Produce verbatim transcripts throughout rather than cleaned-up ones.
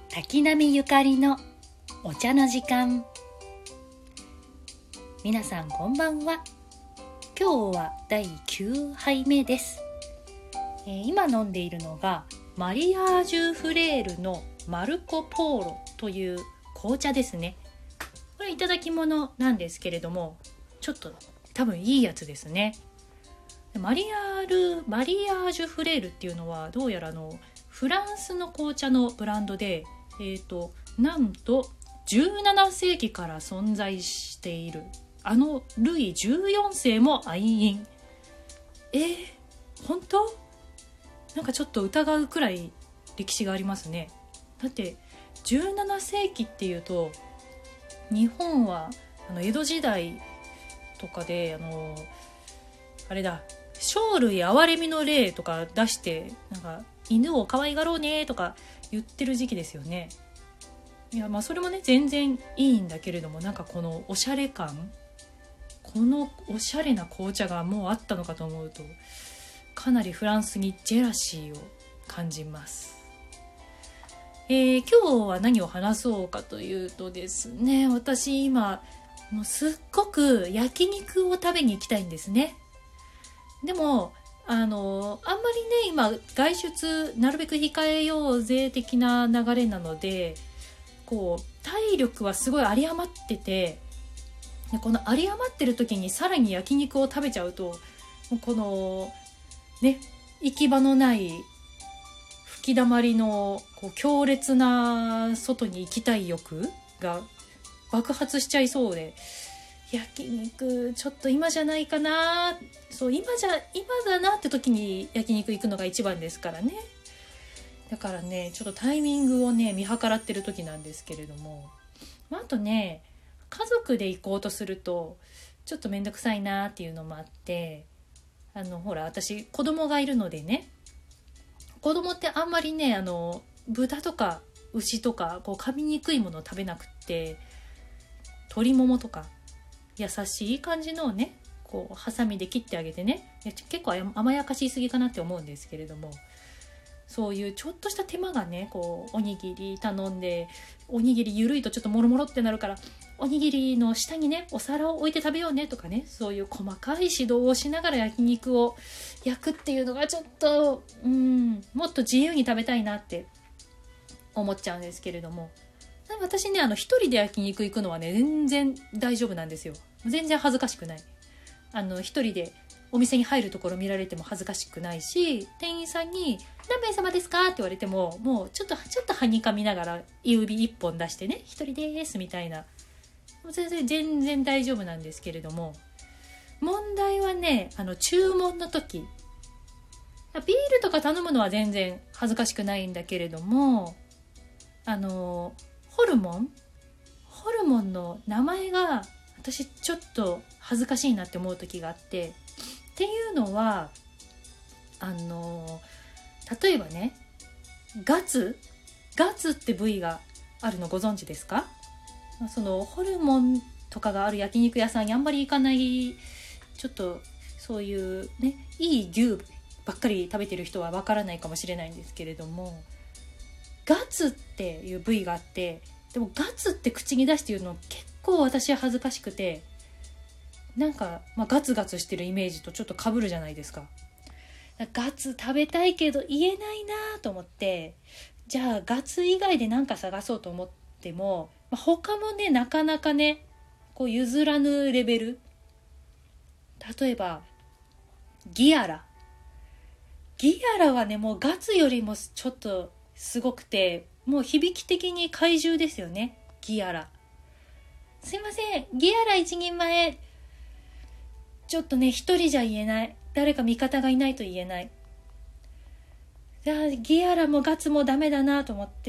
滝波ゆかりのお茶の時間。皆さんこんばんは。今日はだいきゅうはいめです、えー、今飲んでいるのがマリアージュフレールのマルコポーロという紅茶ですね。これいただき物なんですけれども、ちょっと多分いいやつですね。マリアールマリアージュフレールっていうのはどうやらあのフランスの紅茶のブランドで、えーと、なんとじゅうななせいきから存在しているあのルイじゅうよんせいも愛飲。えー、本当？なんかちょっと疑うくらい歴史がありますね。だってじゅうななせいきっていうと、日本はあの江戸時代とかであのあれだ生類憐れみの例とか出して、なんか犬を可愛がろうねとか言ってる時期ですよね。いやまあそれもね全然いいんだけれども、なんかこのおしゃれ感、このおしゃれな紅茶がもうあったのかと思うと、かなりフランスにジェラシーを感じます。えー、今日は何を話そうかというとですね、私今もうすっごく焼肉を食べに行きたいんですね。でもあのあんまりね今外出なるべく控えようぜ的な流れなので、こう体力はすごい有り余ってて、この有り余ってる時にさらに焼肉を食べちゃうと、このね行き場のない吹き溜まりのこう強烈な外に行きたい欲が爆発しちゃいそうで、焼肉ちょっと今じゃないかな、そう今じゃ今だなって時に焼肉行くのが一番ですからね。だからねちょっとタイミングをね見計らってる時なんですけれども、あとね家族で行こうとするとちょっとめんどくさいなっていうのもあって、あのほら私子供がいるのでね、子供ってあんまりねあの豚とか牛とかこう噛みにくいものを食べなくって、鶏ももとか優しい感じのをねこうハサミで切ってあげてね、いや結構甘やかしすぎかなって思うんですけれども、そういうちょっとした手間がね、こうおにぎり頼んで、おにぎり緩いとちょっとモロモロってなるから、おにぎりの下にねお皿を置いて食べようねとかね、そういう細かい指導をしながら焼肉を焼くっていうのがちょっとうーんもっと自由に食べたいなって思っちゃうんですけれども、私ねあの一人で焼肉行くのはね全然大丈夫なんですよ。全然恥ずかしくない。あの一人でお店に入るところ見られても恥ずかしくないし、店員さんに何名様ですかって言われても、もうちょっとちょっとはにかみながら指一本出してね、一人ですみたいな、全然全然大丈夫なんですけれども、問題はねあの注文の時、ビールとか頼むのは全然恥ずかしくないんだけれども、あのホルモンホルモンの名前が私ちょっと恥ずかしいなって思う時があって、っていうのはあの例えばねガツガツって部位があるのご存知ですか？そのホルモンとかがある焼肉屋さんにあんまり行かない、ちょっとそういうねいい牛ばっかり食べてる人はわからないかもしれないんですけれども、ガツっていう部位があって、でもガツって口に出して言うの結構私は恥ずかしくて、なんか、まあ、ガツガツしてるイメージとちょっと被るじゃないですか。ガツ食べたいけど言えないなと思って、じゃあガツ以外で何か探そうと思っても、まあ、他もねなかなかねこう譲らぬレベル。例えばギアラギアラはねもうガツよりもちょっとすごくて、もう響き的に怪獣ですよね。ギアラ、すいませんギアラ一人前、ちょっとね一人じゃ言えない、誰か味方がいないと言えない。じゃあギアラもガツもダメだなと思って、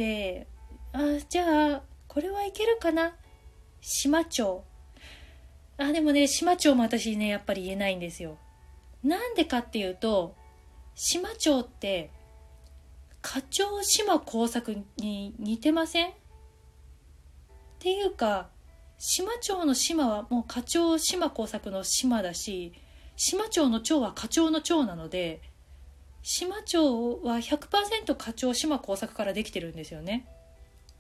あじゃあこれはいけるかな、島町。あでもね島町も私ねやっぱり言えないんですよ。なんでかっていうと、島町って課長島耕作に似てません？っていうか島町の島はもう課長島耕作の島だし、島町の町は課長の町なので、島町は ひゃくパーセント 課長島耕作からできてるんですよね。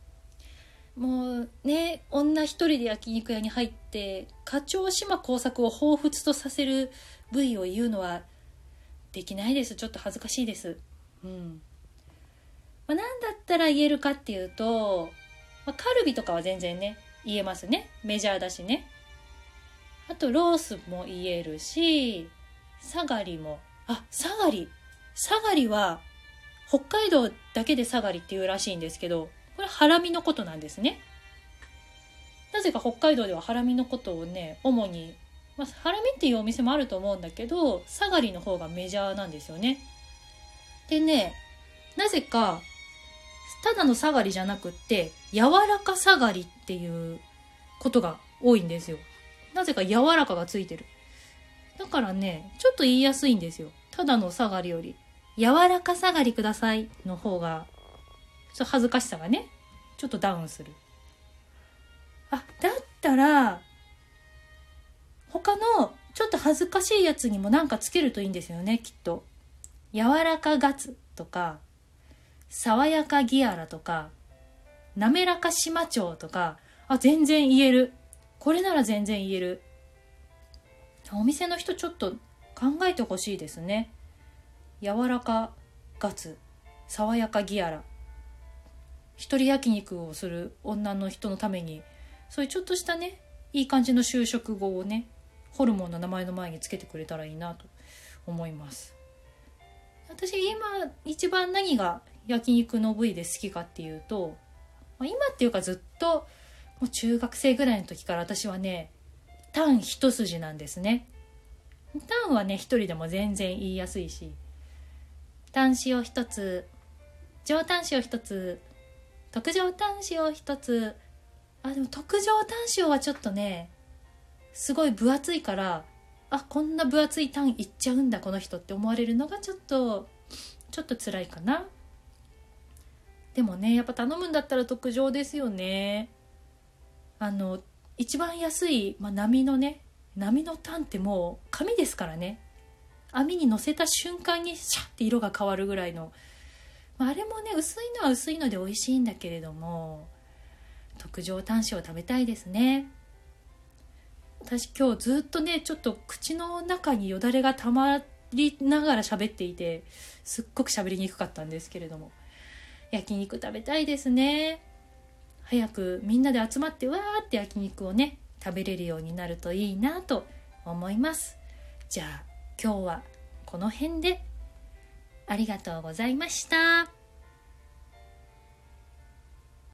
もうね、女一人で焼肉屋に入って課長島耕作を彷彿とさせる部位を言うのはできないです。ちょっと恥ずかしいです。うん。まあ、なんだったら言えるかっていうと、まあ、カルビとかは全然ね言えますね。メジャーだしね。あとロースも言えるし、サガリも、あ、サガリサガリは北海道だけでサガリっていうらしいんですけど、これハラミのことなんですね。なぜか北海道ではハラミのことをね、主に、まあ、ハラミっていうお店もあると思うんだけど、サガリの方がメジャーなんですよね。でね、なぜかただのサガリじゃなくって柔らかサガリっていうことが多いんですよ。なぜか柔らかがついてる。だからね、ちょっと言いやすいんですよ。ただのサガリより柔らかサガリくださいの方がちょっと恥ずかしさがねちょっとダウンする。あ、だったら他のちょっと恥ずかしいやつにもなんかつけるといいんですよね、きっと。柔らかガツとか爽やかギアラとか滑らか島町とか、あ、全然言える。これなら全然言える。お店の人ちょっと考えてほしいですね。柔らかガツ、爽やかギアラ、一人焼肉をする女の人のためにそういうちょっとしたねいい感じの修飾語をねホルモンの名前の前につけてくれたらいいなと思います。私今一番何が焼肉の部位で好きかっていうと、今っていうかずっともう中学生ぐらいの時から私はねタン一筋なんですね。タンはね一人でも全然言いやすいし、タン塩一つ、上タン塩一つ、特上タン塩一つ。あ、でも特上タン塩はちょっとねすごい分厚いから、あ、こんな分厚いタンいっちゃうんだこの人って思われるのがちょっとちょっと辛いかな。でもねやっぱ頼むんだったら特上ですよね。あの一番安い、まあ、波のね波のタンってもう紙ですからね。網に乗せた瞬間にシャッて色が変わるぐらいの、まあ、あれもね薄いのは薄いので美味しいんだけれども、特上タン塩を食べたいですね。私今日ずっとねちょっと口の中によだれがたまりながら喋っていてすっごく喋りにくかったんですけれども、焼肉食べたいですね。早くみんなで集まってわーって焼肉をね食べれるようになるといいなと思います。じゃあ今日はこの辺でありがとうございました。